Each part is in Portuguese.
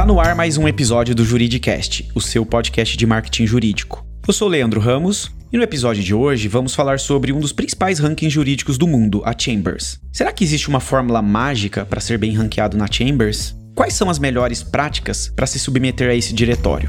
Tá no ar mais um episódio do Juridicast, o seu podcast de marketing jurídico. Eu sou Leandro Ramos e no episódio de hoje vamos falar sobre um dos principais rankings jurídicos do mundo, a Chambers. Será que existe uma fórmula mágica para ser bem ranqueado na Chambers? Quais são as melhores práticas para se submeter a esse diretório?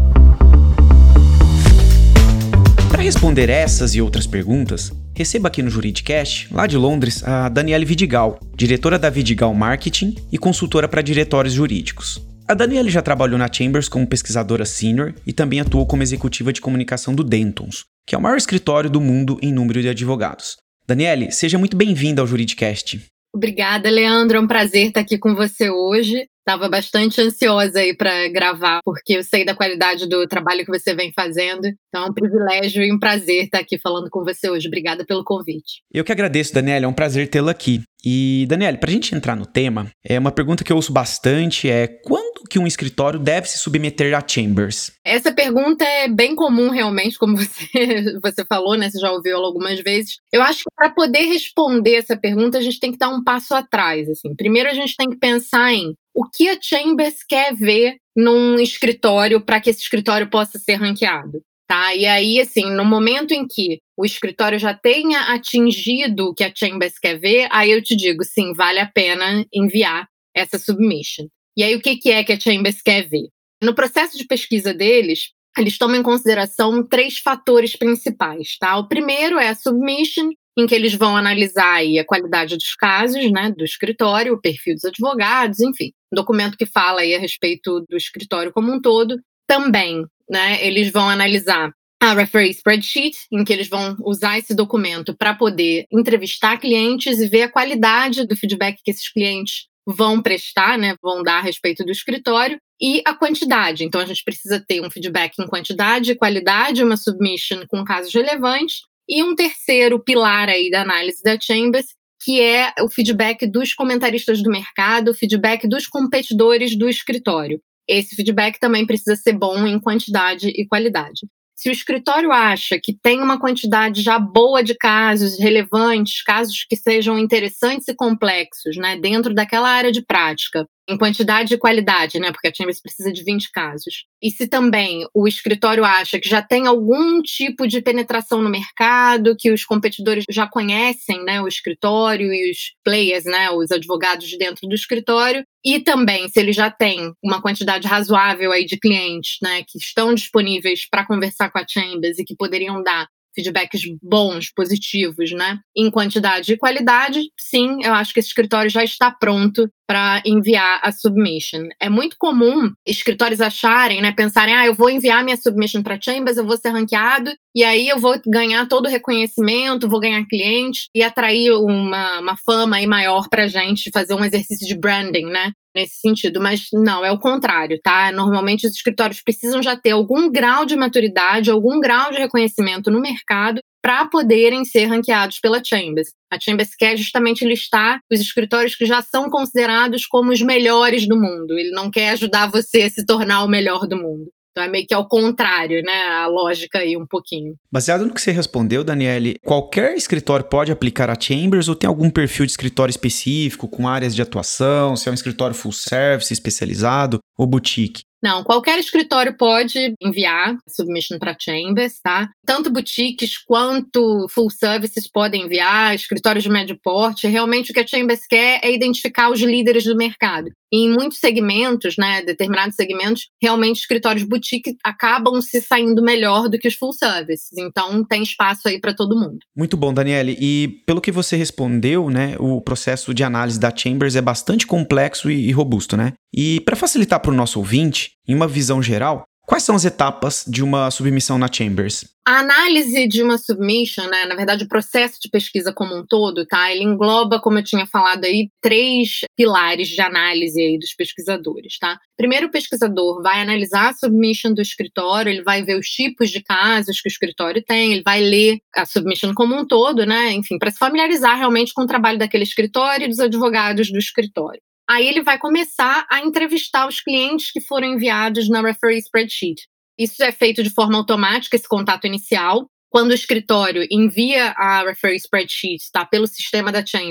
Para responder essas e outras perguntas, receba aqui no Juridicast, lá de Londres, a Daniele Vidigal, diretora da Vidigal Marketing e consultora para diretórios jurídicos. A Daniele já trabalhou na Chambers como pesquisadora sênior e também atuou como executiva de comunicação do Dentons, que é o maior escritório do mundo em número de advogados. Daniele, seja muito bem-vinda ao Juridicast. Obrigada, Leandro. É um prazer estar aqui com você hoje. Estava bastante ansiosa aí para gravar, porque eu sei da qualidade do trabalho que você vem fazendo. Então é um privilégio e um prazer estar aqui falando com você hoje. Obrigada pelo convite. Eu que agradeço, Daniele. É um prazer tê-la aqui. E, Daniele, para a gente entrar no tema, uma pergunta que eu ouço bastante é quando que um escritório deve se submeter à Chambers? Essa pergunta é bem comum realmente, como você falou, né? Você já ouviu ela algumas vezes. Eu acho que para poder responder essa pergunta, a gente tem que dar um passo atrás. Assim. Primeiro, a gente tem que pensar em o que a Chambers quer ver num escritório para que esse escritório possa ser ranqueado. Tá? E aí, assim, no momento em que o escritório já tenha atingido o que a Chambers quer ver, aí eu te digo, sim, vale a pena enviar essa submission. E aí, o que é que a Chambers quer ver? No processo de pesquisa deles, eles tomam em consideração 3 fatores principais, tá? O primeiro é a submission, em que eles vão analisar aí a qualidade dos casos, né, do escritório, o perfil dos advogados, enfim, um documento que fala aí a respeito do escritório como um todo. Também, né, eles vão analisar a referee spreadsheet, em que eles vão usar esse documento para poder entrevistar clientes e ver a qualidade do feedback que esses clientes vão prestar, né, vão dar a respeito do escritório, e a quantidade. Então, a gente precisa ter um feedback em quantidade e qualidade, uma submission com casos relevantes, e um terceiro pilar aí da análise da Chambers, que é o feedback dos comentaristas do mercado, o feedback dos competidores do escritório. Esse feedback também precisa ser bom em quantidade e qualidade. Se o escritório acha que tem uma quantidade já boa de casos relevantes, casos que sejam interessantes e complexos, né, dentro daquela área de prática, em quantidade e qualidade, né, porque a Chambers precisa de 20 casos. E se também o escritório acha que já tem algum tipo de penetração no mercado, que os competidores já conhecem, né, o escritório e os players, né, os advogados de dentro do escritório, e também se ele já tem uma quantidade razoável aí de clientes, né, que estão disponíveis para conversar com a Chambers e que poderiam dar feedbacks bons, positivos, né? Em quantidade e qualidade, sim, eu acho que esse escritório já está pronto para enviar a submission. É muito comum escritórios acharem, né, pensarem, eu vou enviar minha submission para Chambers, eu vou ser ranqueado, e aí eu vou ganhar todo o reconhecimento, vou ganhar clientes e atrair uma fama aí maior para a gente, fazer um exercício de branding, né? Nesse sentido, mas não, é o contrário, tá? Normalmente os escritórios precisam já ter algum grau de maturidade, algum grau de reconhecimento no mercado para poderem ser ranqueados pela Chambers. A Chambers quer justamente listar os escritórios que já são considerados como os melhores do mundo. Ele não quer ajudar você a se tornar o melhor do mundo. Então é meio que ao contrário, né? A lógica aí um pouquinho. Baseado no que você respondeu, Daniele, qualquer escritório pode aplicar a Chambers ou tem algum perfil de escritório específico, com áreas de atuação, se é um escritório full service, especializado ou boutique? Não, qualquer escritório pode enviar submission para Chambers, tá? Tanto boutiques quanto full services podem enviar, escritórios de médio porte. Realmente o que a Chambers quer é identificar os líderes do mercado. E em muitos segmentos, né, determinados segmentos, realmente escritórios boutique acabam se saindo melhor do que os full services. Então tem espaço aí para todo mundo. Muito bom, Daniele. E pelo que você respondeu, né, o processo de análise da Chambers é bastante complexo e robusto, né? E para facilitar para o nosso ouvinte, em uma visão geral, quais são as etapas de uma submissão na Chambers? A análise de uma submission, né, na verdade o processo de pesquisa como um todo, tá, ele engloba, como eu tinha falado aí, 3 pilares de análise aí dos pesquisadores, tá? Primeiro, o pesquisador vai analisar a submission do escritório, ele vai ver os tipos de casos que o escritório tem, ele vai ler a submission como um todo, né, enfim, para se familiarizar realmente com o trabalho daquele escritório e dos advogados do escritório. Aí ele vai começar a entrevistar os clientes que foram enviados na referee spreadsheet. Isso é feito de forma automática, esse contato inicial. Quando o escritório envia a referee spreadsheet, tá, pelo sistema da Chambers,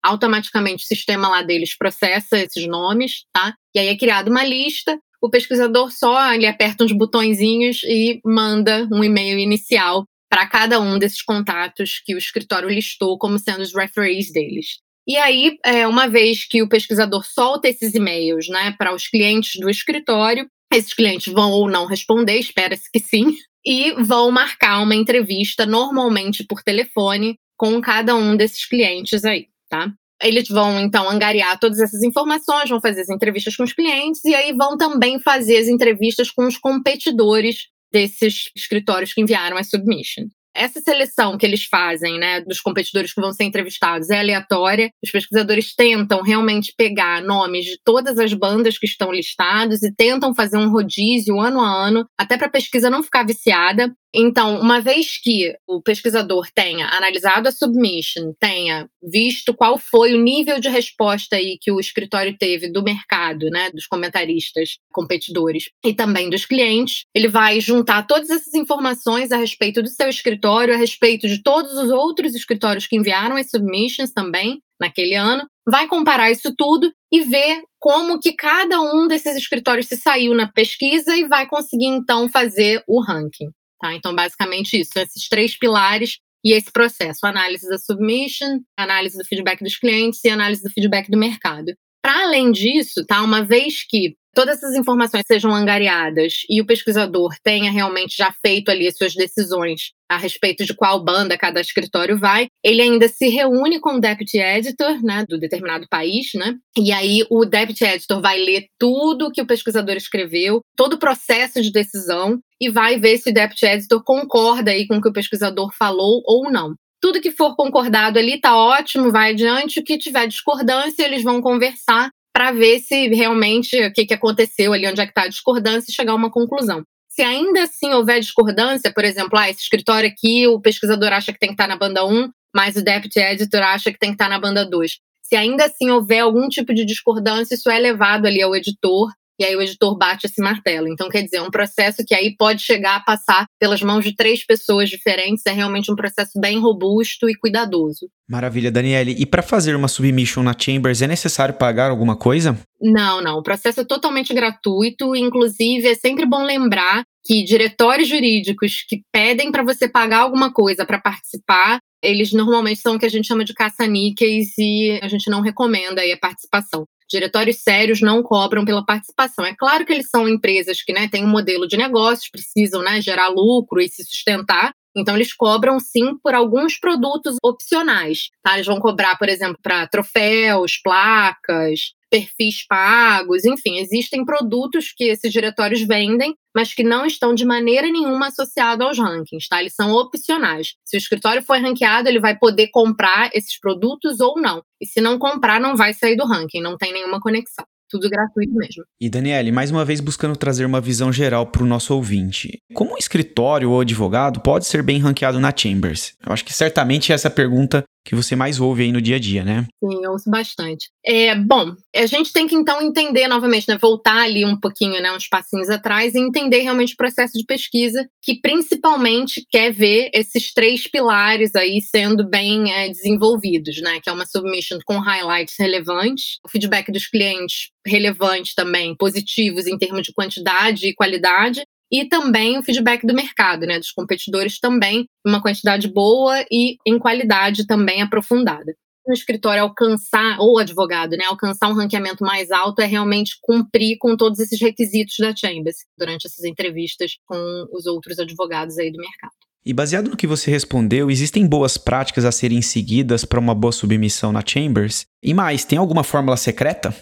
automaticamente o sistema lá deles processa esses nomes, tá? E aí é criada uma lista, o pesquisador só ele aperta uns botõezinhos e manda um e-mail inicial para cada um desses contatos que o escritório listou como sendo os referees deles. E aí, uma vez que o pesquisador solta esses e-mails, né, para os clientes do escritório, esses clientes vão ou não responder, espera-se que sim, e vão marcar uma entrevista, normalmente por telefone, com cada um desses clientes aí, tá? Eles vão, então, angariar todas essas informações, vão fazer as entrevistas com os clientes e aí vão também fazer as entrevistas com os competidores desses escritórios que enviaram a submission. Essa seleção que eles fazem, né, dos competidores que vão ser entrevistados é aleatória. Os pesquisadores tentam realmente pegar nomes de todas as bandas que estão listados e tentam fazer um rodízio ano a ano, até para a pesquisa não ficar viciada. Então, uma vez que o pesquisador tenha analisado a submission, tenha visto qual foi o nível de resposta aí que o escritório teve do mercado, né, dos comentaristas, competidores e também dos clientes, ele vai juntar todas essas informações a respeito do seu escritório, a respeito de todos os outros escritórios que enviaram as submissions também naquele ano, vai comparar isso tudo e ver como que cada um desses escritórios se saiu na pesquisa e vai conseguir então fazer o ranking. Tá? Então, basicamente isso, esses 3 pilares e esse processo, análise da submission, análise do feedback dos clientes e análise do feedback do mercado. Para além disso, tá, uma vez que todas essas informações sejam angariadas e o pesquisador tenha realmente já feito ali as suas decisões a respeito de qual banda cada escritório vai, ele ainda se reúne com o Deputy Editor, né, do determinado país, né, e aí o Deputy Editor vai ler tudo que o pesquisador escreveu, todo o processo de decisão, e vai ver se o Deputy Editor concorda aí com o que o pesquisador falou ou não. Tudo que for concordado ali tá ótimo, vai adiante. O que tiver discordância, eles vão conversar para ver se realmente o que aconteceu ali, onde é que está a discordância e chegar a uma conclusão. Se ainda assim houver discordância, por exemplo, esse escritório aqui, o pesquisador acha que tem que estar na banda 1, mas o Deputy Editor acha que tem que estar na banda 2. Se ainda assim houver algum tipo de discordância, isso é levado ali ao editor, e aí o editor bate esse martelo. Então, quer dizer, é um processo que aí pode chegar a passar pelas mãos de 3 pessoas diferentes, é realmente um processo bem robusto e cuidadoso. Maravilha, Daniele. E para fazer uma submission na Chambers, é necessário pagar alguma coisa? Não. O processo é totalmente gratuito. Inclusive, é sempre bom lembrar que diretórios jurídicos que pedem para você pagar alguma coisa para participar, eles normalmente são o que a gente chama de caça-níqueis e a gente não recomenda aí a participação. Diretórios sérios não cobram pela participação. É claro que eles são empresas que, né, têm um modelo de negócios, precisam, né, gerar lucro e se sustentar. Então, eles cobram, sim, por alguns produtos opcionais. Tá? Eles vão cobrar, por exemplo, para troféus, placas, perfis pagos, enfim, existem produtos que esses diretórios vendem, mas que não estão de maneira nenhuma associados aos rankings, tá? Eles são opcionais. Se o escritório for ranqueado, ele vai poder comprar esses produtos ou não. E se não comprar, não vai sair do ranking, não tem nenhuma conexão. Tudo gratuito mesmo. E Daniele, mais uma vez buscando trazer uma visão geral para o nosso ouvinte. Como um escritório ou advogado pode ser bem ranqueado na Chambers? Eu acho que certamente essa é a pergunta que você mais ouve aí no dia a dia, né? Sim, eu ouço bastante. Bom, a gente tem que então entender novamente, né, voltar ali um pouquinho, né, uns passinhos atrás e entender realmente o processo de pesquisa que principalmente quer ver esses 3 pilares aí sendo bem desenvolvidos, né, que é uma submission com highlights relevantes, o feedback dos clientes relevante também, positivos em termos de quantidade e qualidade, e também o feedback do mercado, né, dos competidores também, uma quantidade boa e em qualidade também aprofundada. O escritório alcançar, ou o advogado, né, alcançar um ranqueamento mais alto é realmente cumprir com todos esses requisitos da Chambers durante essas entrevistas com os outros advogados aí do mercado. E baseado no que você respondeu, existem boas práticas a serem seguidas para uma boa submissão na Chambers? E mais, tem alguma fórmula secreta?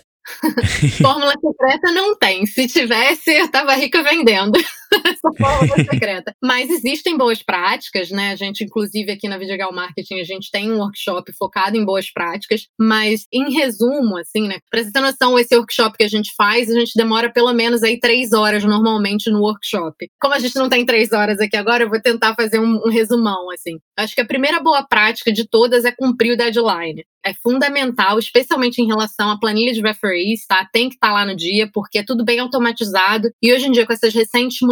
Fórmula secreta não tem. Se tivesse, eu tava rica vendendo essa fórmula secreta. Mas existem boas práticas, né? A gente, inclusive, aqui na Vidigal Marketing, a gente tem um workshop focado em boas práticas. Mas, em resumo, assim, né? Pra você ter noção, esse workshop que a gente faz, a gente demora pelo menos aí 3 horas normalmente no workshop. Como a gente não tem 3 horas aqui agora, eu vou tentar fazer um resumão, assim. Acho que a primeira boa prática de todas é cumprir o deadline. É fundamental, especialmente em relação à planilha de referees, tá? Tem que estar lá no dia, porque é tudo bem automatizado. E hoje em dia, com essas recentes mudanças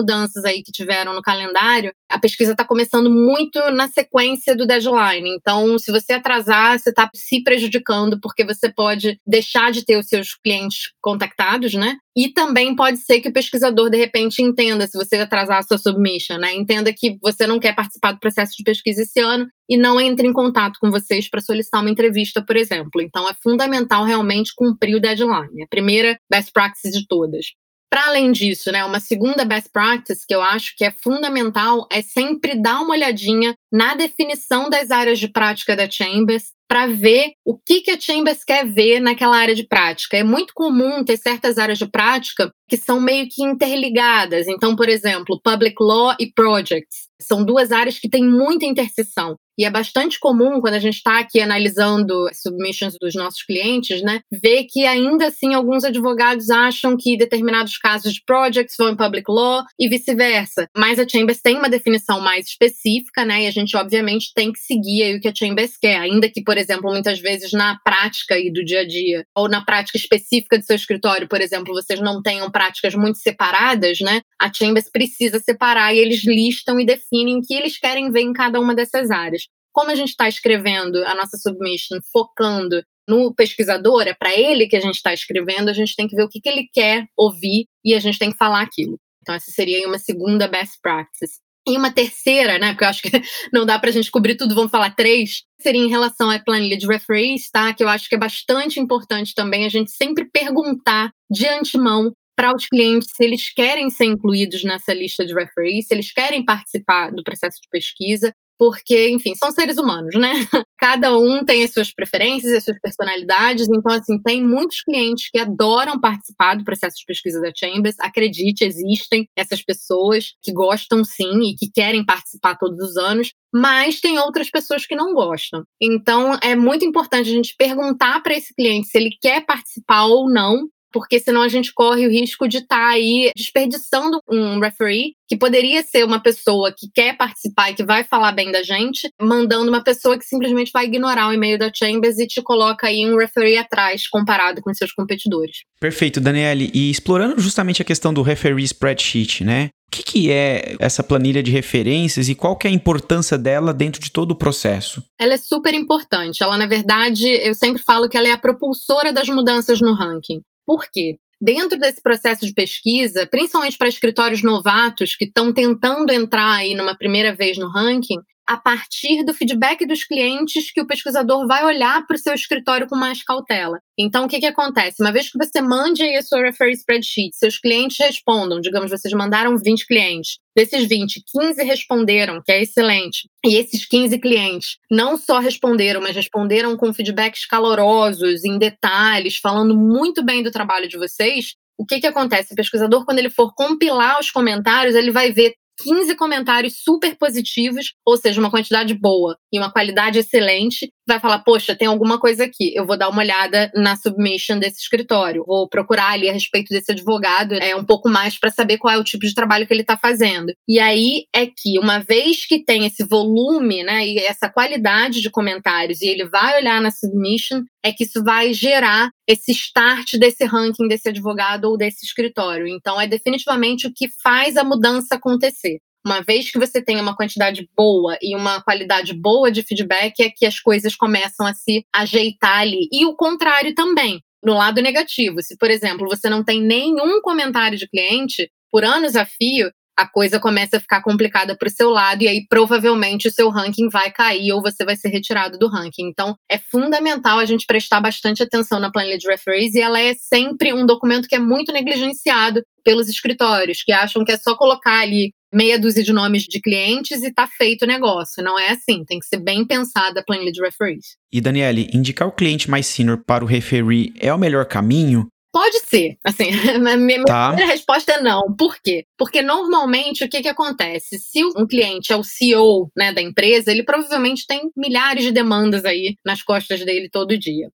mudanças aí que tiveram no calendário, a pesquisa está começando muito na sequência do deadline. Então, se você atrasar, você está se prejudicando, porque você pode deixar de ter os seus clientes contactados, né? E também pode ser que o pesquisador, de repente, entenda, se você atrasar a sua submission, né? Entenda que você não quer participar do processo de pesquisa esse ano e não entre em contato com vocês para solicitar uma entrevista, por exemplo. Então, é fundamental realmente cumprir o deadline. A primeira best practice de todas. Para além disso, né, uma segunda best practice que eu acho que é fundamental é sempre dar uma olhadinha na definição das áreas de prática da Chambers para ver o que a Chambers quer ver naquela área de prática. É muito comum ter certas áreas de prática que são meio que interligadas. Então, por exemplo, Public Law e Projects. São duas áreas que têm muita interseção. E é bastante comum, quando a gente está aqui analisando as submissions dos nossos clientes, né, ver que ainda assim alguns advogados acham que determinados casos de projects vão em public law e vice-versa. Mas a Chambers tem uma definição mais específica, né, e a gente obviamente tem que seguir aí o que a Chambers quer. Ainda que, por exemplo, muitas vezes na prática aí do dia a dia, ou na prática específica do seu escritório, por exemplo, vocês não tenham práticas muito separadas, né, a Chambers precisa separar e eles listam e definem o que eles querem ver em cada uma dessas áreas. Como a gente está escrevendo a nossa submission focando no pesquisador, é para ele que a gente está escrevendo, a gente tem que ver o que ele quer ouvir e a gente tem que falar aquilo. Então, essa seria uma segunda best practice. E uma terceira, né, porque eu acho que não dá para a gente cobrir tudo, vamos falar 3, seria em relação à planilha de referees, tá? Que eu acho que é bastante importante também a gente sempre perguntar de antemão para os clientes se eles querem ser incluídos nessa lista de referees, se eles querem participar do processo de pesquisa, porque, enfim, são seres humanos, né? Cada um tem as suas preferências, as suas personalidades. Então, assim, tem muitos clientes que adoram participar do processo de pesquisa da Chambers. Acredite, existem essas pessoas que gostam sim e que querem participar todos os anos, mas tem outras pessoas que não gostam. Então, é muito importante a gente perguntar para esse cliente se ele quer participar ou não, porque senão a gente corre o risco de estar aí desperdiçando um referee, que poderia ser uma pessoa que quer participar e que vai falar bem da gente, mandando uma pessoa que simplesmente vai ignorar o e-mail da Chambers e te coloca aí um referee atrás, comparado com seus competidores. Perfeito, Daniele. E explorando justamente a questão do referee spreadsheet, né? O que é essa planilha de referências e qual que é a importância dela dentro de todo o processo? Ela é super importante. Ela, na verdade, eu sempre falo que ela é a propulsora das mudanças no ranking. Por quê? Dentro desse processo de pesquisa, principalmente para escritórios novatos que estão tentando entrar aí numa primeira vez no ranking, a partir do feedback dos clientes que o pesquisador vai olhar para o seu escritório com mais cautela. Então, o que acontece? Uma vez que você mande aí a sua referee spreadsheet, seus clientes respondam, digamos, vocês mandaram 20 clientes, desses 20, 15 responderam, que é excelente, e esses 15 clientes não só responderam, mas responderam com feedbacks calorosos, em detalhes, falando muito bem do trabalho de vocês, o que acontece? O pesquisador, quando ele for compilar os comentários, ele vai ver 15 comentários super positivos, ou seja, uma quantidade boa e uma qualidade excelente, vai falar, poxa, tem alguma coisa aqui, eu vou dar uma olhada na submission desse escritório, vou procurar ali a respeito desse advogado um pouco mais para saber qual é o tipo de trabalho que ele está fazendo. E aí é que, uma vez que tem esse volume, né, e essa qualidade de comentários, e ele vai olhar na submission, é que isso vai gerar esse start desse ranking desse advogado ou desse escritório. Então, é definitivamente o que faz a mudança acontecer. Uma vez que você tem uma quantidade boa e uma qualidade boa de feedback, é que as coisas começam a se ajeitar ali. E o contrário também, no lado negativo. Se, por exemplo, você não tem nenhum comentário de cliente, por anos a fio, a coisa começa a ficar complicada para o seu lado e aí provavelmente o seu ranking vai cair ou você vai ser retirado do ranking. Então, é fundamental a gente prestar bastante atenção na planilha de referees e ela é sempre um documento que é muito negligenciado pelos escritórios, que acham que é só colocar ali meia dúzia de nomes de clientes e tá feito o negócio. Não é assim, tem que ser bem pensada a planilha de referees. E, Daniele, indicar o cliente mais senior para o referee é o melhor caminho? Pode ser, assim, a minha primeira resposta é não. Por quê? Porque normalmente o que acontece? Se um cliente é o CEO, né, da empresa, ele provavelmente tem milhares de demandas aí nas costas dele todo dia.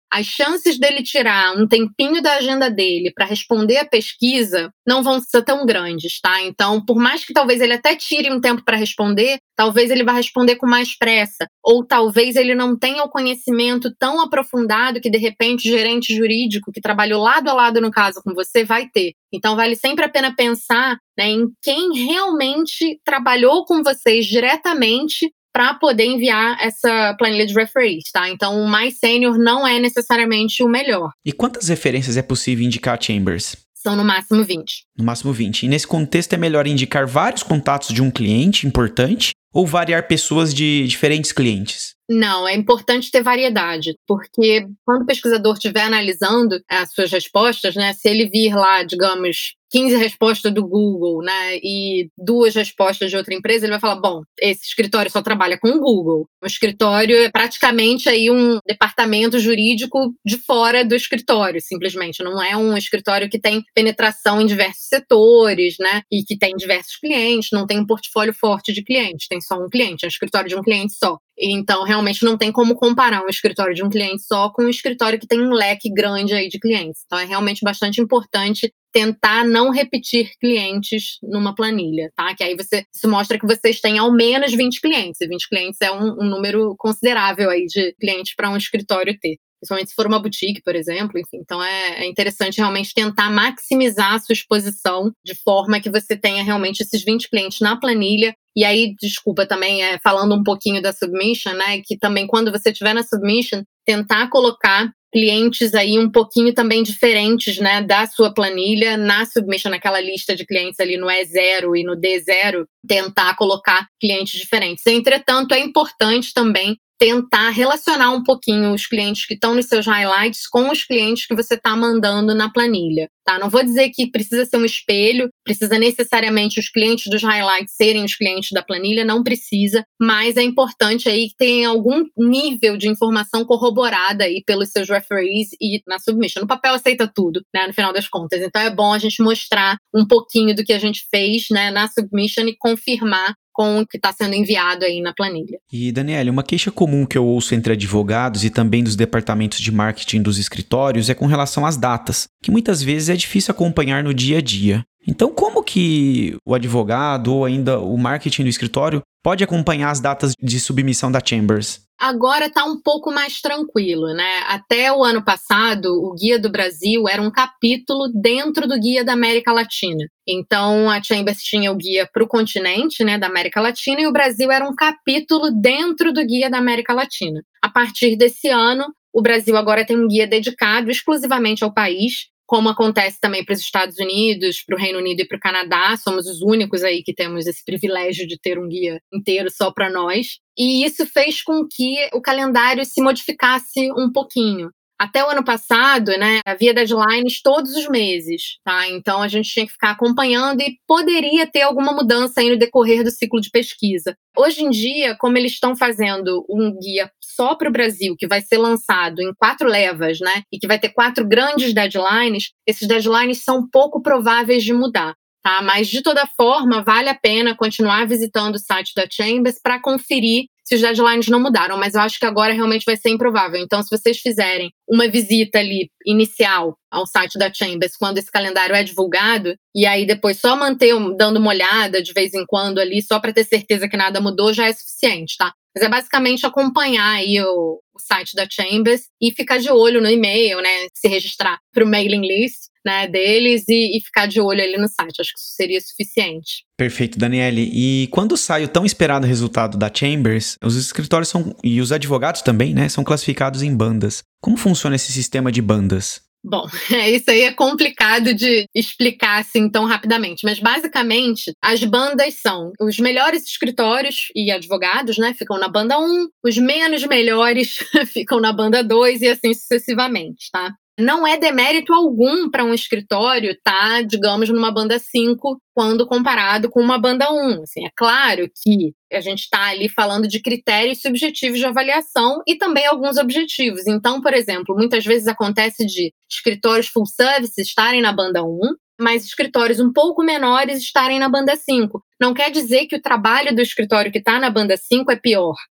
as chances dele tirar um tempinho da agenda dele para responder a pesquisa não vão ser tão grandes, tá? Então, por mais que talvez ele até tire um tempo para responder, talvez ele vá responder com mais pressa, ou talvez ele não tenha o conhecimento tão aprofundado que, de repente, o gerente jurídico que trabalhou lado a lado no caso com você vai ter. Então, vale sempre a pena pensar, né, em quem realmente trabalhou com vocês diretamente para poder enviar essa planilha de referees, tá? Então, o mais sênior não é necessariamente o melhor. E quantas referências é possível indicar a Chambers? São no máximo 20. No máximo 20. E nesse contexto é melhor indicar vários contatos de um cliente importante ou variar pessoas de diferentes clientes? Não, é importante ter variedade, porque quando o pesquisador estiver analisando as suas respostas, né, se ele vir lá, digamos, 15 respostas do Google, né, e 2 respostas de outra empresa, ele vai falar, bom, esse escritório só trabalha com o Google. O escritório é praticamente aí um departamento jurídico de fora do escritório, simplesmente. Não é um escritório que tem penetração em diversos setores, né, e que tem diversos clientes, não tem um portfólio forte de clientes, tem só um cliente, é um escritório de um cliente só. Então, realmente não tem como comparar um escritório de um cliente só com um escritório que tem um leque grande aí de clientes. Então, é realmente bastante importante tentar não repetir clientes numa planilha, tá? Que aí isso mostra que vocês têm ao menos 20 clientes. E 20 clientes é um número considerável aí de clientes para um escritório ter. Principalmente se for uma boutique, por exemplo, enfim. Então é interessante realmente tentar maximizar a sua exposição de forma que você tenha realmente esses 20 clientes na planilha. E aí, desculpa também, falando um pouquinho da submission, né? Que também quando você estiver na submission, tentar colocar clientes aí um pouquinho também diferentes, né, da sua planilha, na submission, naquela lista de clientes ali no E0 e no D0, tentar colocar clientes diferentes. Entretanto, é importante também tentar relacionar um pouquinho os clientes que estão nos seus highlights com os clientes que você está mandando na planilha, tá? Não vou dizer que precisa ser um espelho, precisa necessariamente os clientes dos highlights serem os clientes da planilha, não precisa, mas é importante aí que tenha algum nível de informação corroborada aí pelos seus referees e na submission. No papel aceita tudo, né, no final das contas. Então é bom a gente mostrar um pouquinho do que a gente fez, né, na submission e confirmar com o que está sendo enviado aí na planilha. E, Daniele, uma queixa comum que eu ouço entre advogados e também dos departamentos de marketing dos escritórios é com relação às datas, que muitas vezes é difícil acompanhar no dia a dia. Então, como que o advogado ou ainda o marketing do escritório pode acompanhar as datas de submissão da Chambers? Agora está um pouco mais tranquilo, né? Até o ano passado, o Guia do Brasil era um capítulo dentro do Guia da América Latina. Então, a Chambers tinha o guia para o continente, né, da América Latina, e o Brasil era um capítulo dentro do Guia da América Latina. A partir desse ano, o Brasil agora tem um guia dedicado exclusivamente ao país, como acontece também para os Estados Unidos, para o Reino Unido e para o Canadá. Somos os únicos aí que temos esse privilégio de ter um guia inteiro só para nós. E isso fez com que o calendário se modificasse um pouquinho. Até o ano passado, né, havia deadlines todos os meses, tá? Então a gente tinha que ficar acompanhando e poderia ter alguma mudança aí no decorrer do ciclo de pesquisa. Hoje em dia, como eles estão fazendo um guia só para o Brasil, que vai ser lançado em 4 levas, né, e que vai ter 4 grandes deadlines, esses deadlines são pouco prováveis de mudar. Tá? Mas, de toda forma, vale a pena continuar visitando o site da Chambers para conferir se os deadlines não mudaram, mas eu acho que agora realmente vai ser improvável. Então, se vocês fizerem uma visita ali inicial ao site da Chambers quando esse calendário é divulgado, e aí depois só manter dando uma olhada de vez em quando ali, só para ter certeza que nada mudou, já é suficiente, tá? Mas é basicamente acompanhar aí o site da Chambers e ficar de olho no e-mail, né? Se registrar para o mailing list, né, deles e ficar de olho ali no site. Acho que isso seria suficiente. Perfeito, Daniele. E quando sai o tão esperado resultado da Chambers, os escritórios e os advogados também, né, são classificados em bandas. Como funciona esse sistema de bandas? Bom, isso aí é complicado de explicar assim tão rapidamente, mas basicamente as bandas são os melhores escritórios e advogados, né, ficam na banda 1, os menos melhores ficam na banda 2 e assim sucessivamente, tá? Não é demérito algum para um escritório estar, digamos, numa banda 5 quando comparado com uma banda 1. Assim, é claro que a gente está ali falando de critérios subjetivos de avaliação e também alguns objetivos. Então, por exemplo, muitas vezes acontece de escritórios full service estarem na banda 1, mas escritórios um pouco menores estarem na banda 5. Não quer dizer que o trabalho do escritório que está na banda 5 é pior.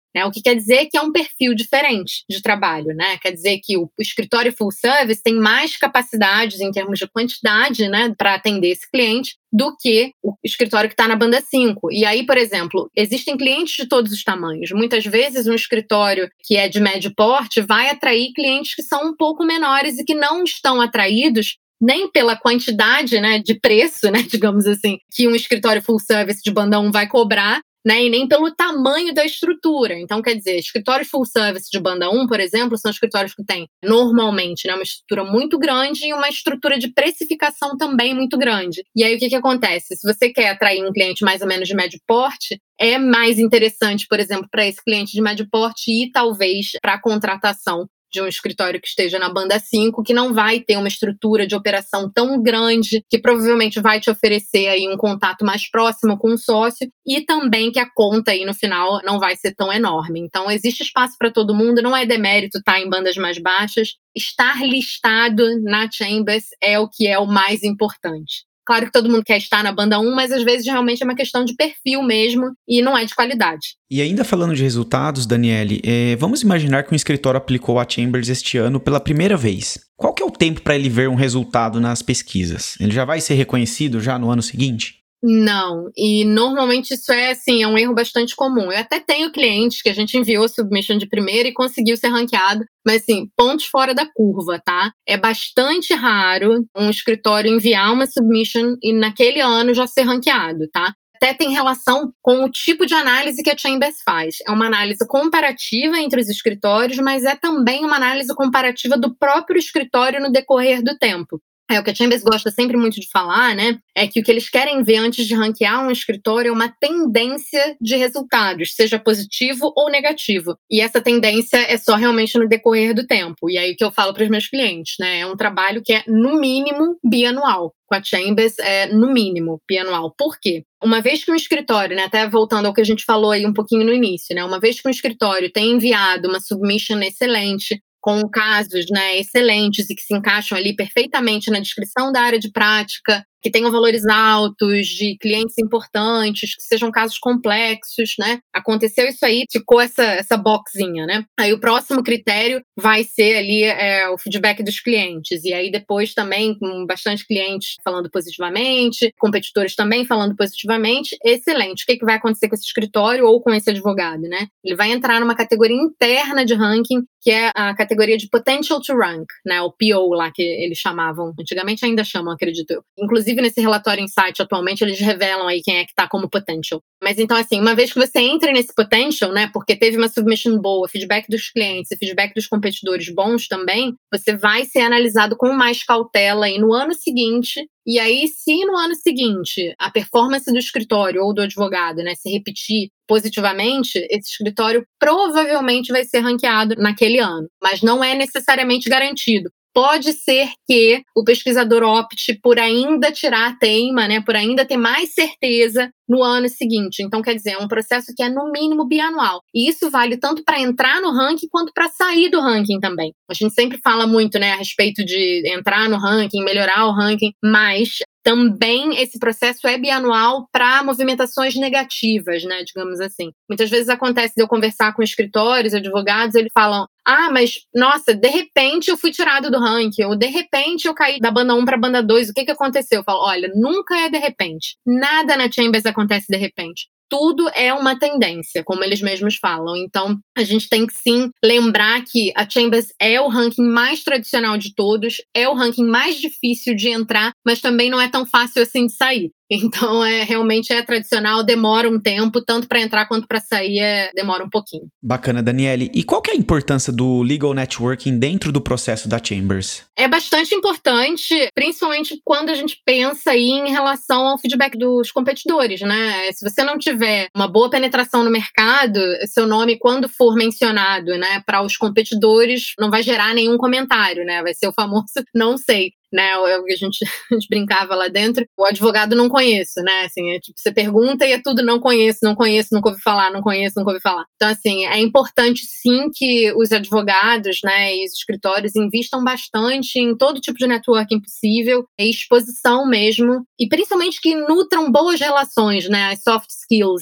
né? O que quer dizer que é um perfil diferente de trabalho, né? Quer dizer que o escritório full service tem mais capacidades em termos de quantidade, né, para atender esse cliente do que o escritório que está na banda 5. E aí, por exemplo, existem clientes de todos os tamanhos. Muitas vezes um escritório que é de médio porte vai atrair clientes que são um pouco menores e que não estão atraídos nem pela quantidade, né, de preço, né, digamos assim, que um escritório full service de banda 1 vai cobrar, né, e nem pelo tamanho da estrutura. Então, quer dizer, escritórios full service de banda 1, por exemplo, são escritórios que têm, normalmente, né, uma estrutura muito grande e uma estrutura de precificação também muito grande. E aí, o que acontece? Se você quer atrair um cliente mais ou menos de médio porte, é mais interessante, por exemplo, para esse cliente de médio porte ir, talvez, para a contratação de um escritório que esteja na banda 5, que não vai ter uma estrutura de operação tão grande, que provavelmente vai te oferecer aí um contato mais próximo com o sócio, e também que a conta aí no final não vai ser tão enorme. Então, existe espaço para todo mundo, não é demérito estar em bandas mais baixas. Estar listado na Chambers é o que é o mais importante. Claro que todo mundo quer estar na banda 1, mas às vezes realmente é uma questão de perfil mesmo e não é de qualidade. E ainda falando de resultados, Daniele, vamos imaginar que um escritório aplicou a Chambers este ano pela primeira vez. Qual que é o tempo para ele ver um resultado nas pesquisas? Ele já vai ser reconhecido já no ano seguinte? Não, e normalmente isso é assim, é um erro bastante comum. Eu até tenho clientes que a gente enviou submission de primeira e conseguiu ser ranqueado, mas assim, pontos fora da curva, tá? É bastante raro um escritório enviar uma submission e naquele ano já ser ranqueado, tá? Até tem relação com o tipo de análise que a Chambers faz. É uma análise comparativa entre os escritórios, mas é também uma análise comparativa do próprio escritório no decorrer do tempo. O que a Chambers gosta sempre muito de falar, né, é que o que eles querem ver antes de ranquear um escritório é uma tendência de resultados, seja positivo ou negativo. E essa tendência é só realmente no decorrer do tempo. E aí o que eu falo para os meus clientes, né, é um trabalho que é, no mínimo, bianual. Com a Chambers é, no mínimo, bianual. Por quê? Uma vez que um escritório, né, até voltando ao que a gente falou aí um pouquinho no início, né, uma vez que um escritório tem enviado uma submission excelente, com casos, né, excelentes e que se encaixam ali perfeitamente na descrição da área de prática, que tenham valores altos, de clientes importantes, que sejam casos complexos, né? Aconteceu isso aí, ficou essa boxinha, né? Aí o próximo critério vai ser ali o feedback dos clientes. E aí depois também, com bastante clientes falando positivamente, competidores também falando positivamente, excelente. O que vai acontecer com esse escritório ou com esse advogado, né? Ele vai entrar numa categoria interna de ranking, que é a categoria de Potential to Rank, né? O PO lá, que eles chamavam. Antigamente ainda chamam, acredito eu. Inclusive, nesse relatório Insight, atualmente, eles revelam aí quem é que tá como potential. Mas então, assim, uma vez que você entra nesse potential, né, porque teve uma submission boa, feedback dos clientes e feedback dos competidores bons também, você vai ser analisado com mais cautela aí no ano seguinte. E aí, se no ano seguinte a performance do escritório ou do advogado, né, se repetir positivamente, esse escritório provavelmente vai ser ranqueado naquele ano. Mas não é necessariamente garantido. Pode ser que o pesquisador opte por ainda tirar a teima, né, por ainda ter mais certeza no ano seguinte. Então, quer dizer, é um processo que é no mínimo bianual. E isso vale tanto para entrar no ranking quanto para sair do ranking também. A gente sempre fala muito, né, a respeito de entrar no ranking, melhorar o ranking, mas também esse processo é bianual para movimentações negativas, né, digamos assim. Muitas vezes acontece de eu conversar com escritórios, advogados, eles falam: ah, mas, nossa, de repente eu fui tirado do ranking, ou de repente eu caí da banda 1 para a banda 2, o que aconteceu? Eu falo: olha, nunca é de repente. Nada na Chambers acontece de repente. Tudo é uma tendência, como eles mesmos falam. Então, a gente tem que sim lembrar que a Chambers é o ranking mais tradicional de todos, é o ranking mais difícil de entrar, mas também não é tão fácil assim de sair. Então, realmente é tradicional, demora um tempo, tanto para entrar quanto para sair, demora um pouquinho. Bacana, Daniele. E qual que é a importância do legal networking dentro do processo da Chambers? É bastante importante, principalmente quando a gente pensa aí em relação ao feedback dos competidores, né? Se você não tiver uma boa penetração no mercado, seu nome, quando for mencionado, né, para os competidores, não vai gerar nenhum comentário, né? Vai ser o famoso não sei. Né, a gente brincava lá dentro, o advogado não conheço, né, assim, tipo, você pergunta e é tudo não conheço, nunca ouvi falar, não conheço, nunca ouvi falar. Então, assim, é importante sim que os advogados, né, e os escritórios invistam bastante em todo tipo de networking possível, exposição mesmo, e principalmente que nutram boas relações, né, as soft skills, né.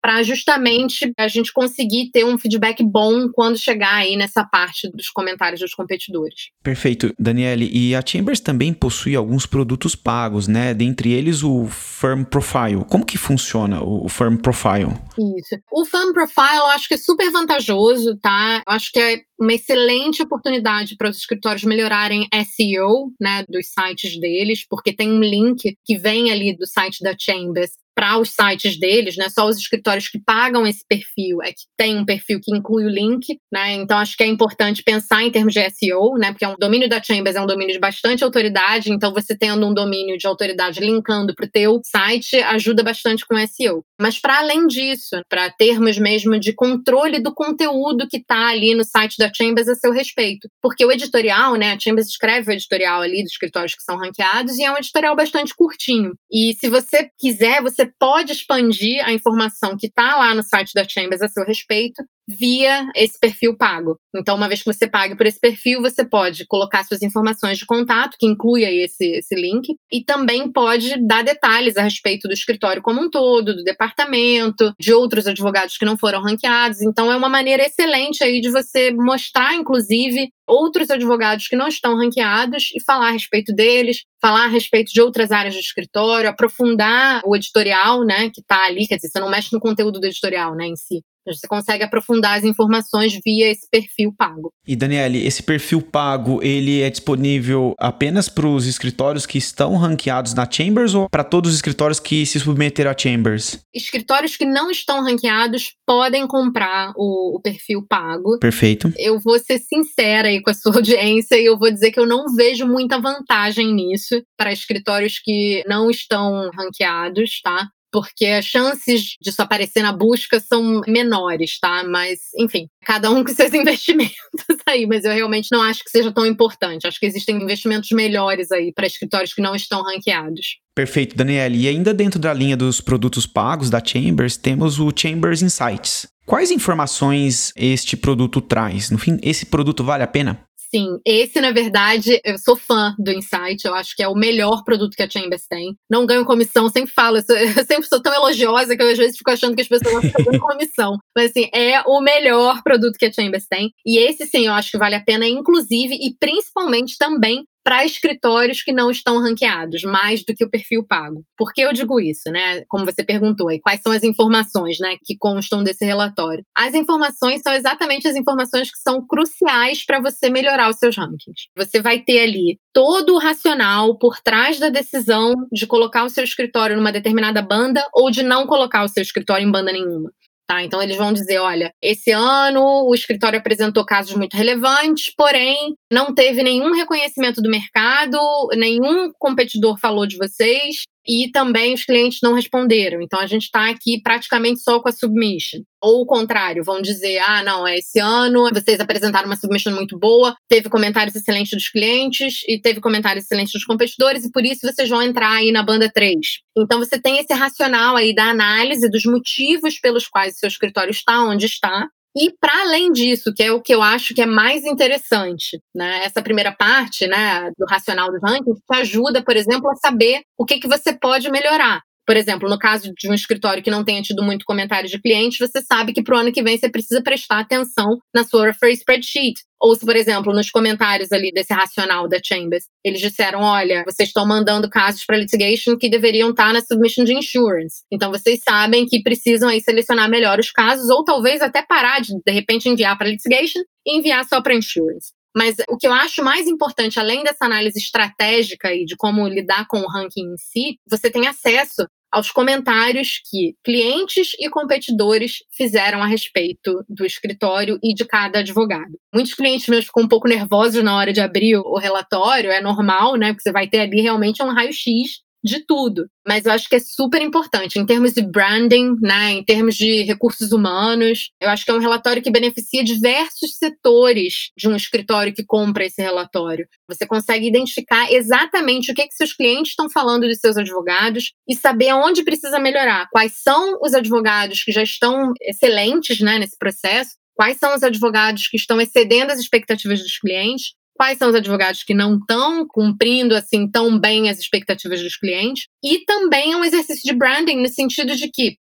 para justamente a gente conseguir ter um feedback bom quando chegar aí nessa parte dos comentários dos competidores. Perfeito, Daniele. E a Chambers também possui alguns produtos pagos, né? Dentre eles o Firm Profile. Como que funciona o Firm Profile? Isso. O Firm Profile eu acho que é super vantajoso, tá? Eu acho que é uma excelente oportunidade para os escritórios melhorarem SEO, né, dos sites deles, porque tem um link que vem ali do site da Chambers para os sites deles, né? Só os escritórios que pagam esse perfil é que tem um perfil que inclui o link, né? Então acho que é importante pensar em termos de SEO, né? Porque o domínio da Chambers é um domínio de bastante autoridade, então você tendo um domínio de autoridade linkando para o teu site ajuda bastante com SEO. Mas para além disso, para termos mesmo de controle do conteúdo que está ali no site da Chambers a seu respeito, porque o editorial, né? A Chambers escreve o editorial ali dos escritórios que são ranqueados e é um editorial bastante curtinho. E se você quiser, você pode expandir a informação que está lá no site da Chambers a seu respeito via esse perfil pago. Então, uma vez que você pague por esse perfil, você pode colocar suas informações de contato, que inclui aí esse link, e também pode dar detalhes a respeito do escritório como um todo, do departamento, de outros advogados que não foram ranqueados. Então, é uma maneira excelente aí de você mostrar, inclusive, outros advogados que não estão ranqueados e falar a respeito deles, falar a respeito de outras áreas do escritório, aprofundar o editorial, né, que está ali, quer dizer, você não mexe no conteúdo do editorial, né, em si. Você consegue aprofundar as informações via esse perfil pago. E, Daniele, esse perfil pago, ele é disponível apenas para os escritórios que estão ranqueados na Chambers ou para todos os escritórios que se submeteram à Chambers? Escritórios que não estão ranqueados podem comprar o perfil pago. Perfeito. Eu vou ser sincera aí com a sua audiência e eu vou dizer que eu não vejo muita vantagem nisso para escritórios que não estão ranqueados, tá? Porque as chances disso aparecer na busca são menores, tá? Mas, enfim, cada um com seus investimentos aí, mas eu realmente não acho que seja tão importante. Acho que existem investimentos melhores aí para escritórios que não estão ranqueados. Perfeito, Daniele. E ainda dentro da linha dos produtos pagos da Chambers, temos o Chambers Insights. Quais informações este produto traz? No fim, esse produto vale a pena? Sim, esse, na verdade, eu sou fã do Insight, eu acho que é o melhor produto que a Chambers tem. Não ganho comissão, sempre falo, eu sempre sou tão elogiosa que eu às vezes fico achando que as pessoas vão ficar ganhando comissão. Mas assim, é o melhor produto que a Chambers tem. E esse sim, eu acho que vale a pena, inclusive, e principalmente também para escritórios que não estão ranqueados, mais do que o perfil pago. Por que eu digo isso, né? Como você perguntou aí, quais são as informações, né, que constam desse relatório? As informações são exatamente as informações que são cruciais para você melhorar os seus rankings. Você vai ter ali todo o racional por trás da decisão de colocar o seu escritório numa determinada banda ou de não colocar o seu escritório em banda nenhuma. Tá, então eles vão dizer, olha, esse ano o escritório apresentou casos muito relevantes, porém não teve nenhum reconhecimento do mercado, nenhum competidor falou de vocês e também os clientes não responderam. Então a gente está aqui praticamente só com a submission. Ou o contrário, vão dizer, não, esse ano vocês apresentaram uma submission muito boa, teve comentários excelentes dos clientes e teve comentários excelentes dos competidores e por isso vocês vão entrar aí na banda 3. Então você tem esse racional aí da análise dos motivos pelos quais o seu escritório está onde está. E para além disso, que é o que eu acho que é mais interessante, né? Essa primeira parte, né, do racional do ranking, te ajuda, por exemplo, a saber o que você pode melhorar. Por exemplo, no caso de um escritório que não tenha tido muito comentário de clientes, você sabe que para o ano que vem você precisa prestar atenção na sua referee spreadsheet. Ou se, por exemplo, nos comentários ali desse racional da Chambers, eles disseram, olha, vocês estão mandando casos para litigation que deveriam estar na submission de insurance. Então, vocês sabem que precisam aí selecionar melhor os casos ou talvez até parar de repente, enviar para litigation e enviar só para insurance. Mas o que eu acho mais importante, além dessa análise estratégica e de como lidar com o ranking em si, você tem acesso aos comentários que clientes e competidores fizeram a respeito do escritório e de cada advogado. Muitos clientes meus ficam um pouco nervosos na hora de abrir o relatório, é normal, né? Porque você vai ter ali realmente um raio-x de tudo. Mas eu acho que é super importante em termos de branding, né, em termos de recursos humanos. Eu acho que é um relatório que beneficia diversos setores de um escritório que compra esse relatório. Você consegue identificar exatamente o que seus clientes estão falando de seus advogados e saber aonde precisa melhorar. Quais são os advogados que já estão excelentes, né, nesse processo, quais são os advogados que estão excedendo as expectativas dos clientes, quais são os advogados que não estão cumprindo assim tão bem as expectativas dos clientes. E também é um exercício de branding no sentido de que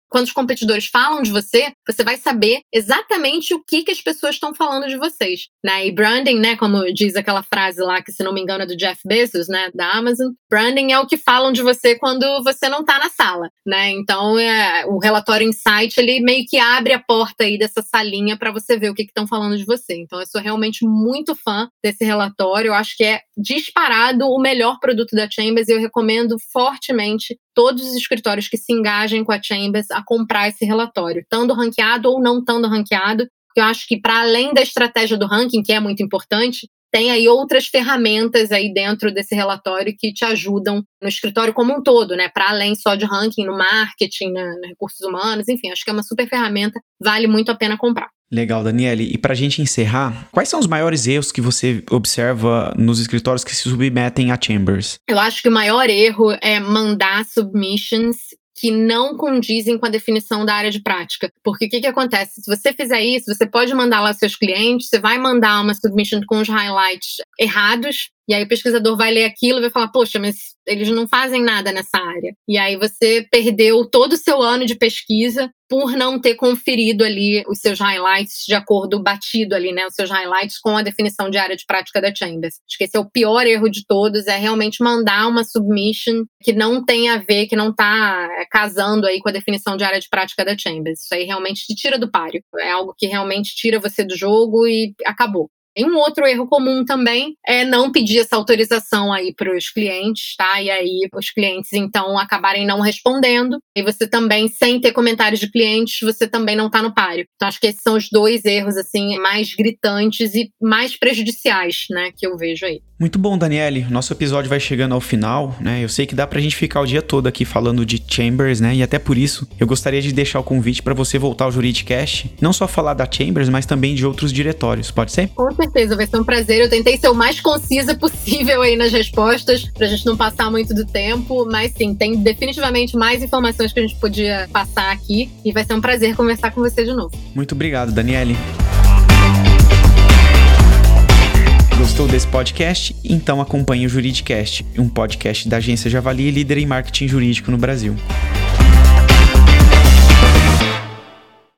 quando os competidores falam de você, você vai saber exatamente o que as pessoas estão falando de vocês, né? E branding, né, como diz aquela frase lá, que se não me engano é do Jeff Bezos, né, da Amazon, branding é o que falam de você quando você não tá na sala, né? Então, o relatório Insight, ele meio que abre a porta aí dessa salinha para você ver o que estão falando de você. Então, eu sou realmente muito fã desse relatório. Eu acho que é disparado o melhor produto da Chambers e eu recomendo fortemente todos os escritórios que se engajem com a Chambers a comprar esse relatório, estando ranqueado ou não estando ranqueado, porque eu acho que para além da estratégia do ranking, que é muito importante, tem aí outras ferramentas aí dentro desse relatório que te ajudam no escritório como um todo, né? Para além só de ranking, no marketing, nos recursos humanos, enfim, acho que é uma super ferramenta, vale muito a pena comprar. Legal, Daniele. E pra gente encerrar, quais são os maiores erros que você observa nos escritórios que se submetem a Chambers? Eu acho que o maior erro é mandar submissions que não condizem com a definição da área de prática. Porque o que acontece? Se você fizer isso, você pode mandar lá seus clientes, você vai mandar uma submission com os highlights errados, e aí o pesquisador vai ler aquilo e vai falar, poxa, mas eles não fazem nada nessa área. E aí você perdeu todo o seu ano de pesquisa por não ter conferido ali os seus highlights de acordo, batido ali, né, os seus highlights com a definição de área de prática da Chambers. Acho que esse é o pior erro de todos, é realmente mandar uma submission que não tem a ver, que não está casando aí com a definição de área de prática da Chambers. Isso aí realmente te tira do páreo. É algo que realmente tira você do jogo e acabou. E um outro erro comum também é não pedir essa autorização aí para os clientes, tá? E aí os clientes, então, acabarem não respondendo. E você também, sem ter comentários de clientes, você também não tá no páreo. Então, acho que esses são os dois erros, assim, mais gritantes e mais prejudiciais, né, que eu vejo aí. Muito bom, Daniele. Nosso episódio vai chegando ao final, né? Eu sei que dá pra gente ficar o dia todo aqui falando de Chambers, né? E até por isso, eu gostaria de deixar o convite para você voltar ao Juridicast, não só falar da Chambers, mas também de outros diretórios. Pode ser? Com certeza, vai ser um prazer. Eu tentei ser o mais concisa possível aí nas respostas, pra gente não passar muito do tempo, mas sim, tem definitivamente mais informações que a gente podia passar aqui e vai ser um prazer conversar com você de novo. Muito obrigado, Daniele. Gostou desse podcast? Então acompanhe o Juridicast, um podcast da agência Javali, líder em marketing jurídico no Brasil.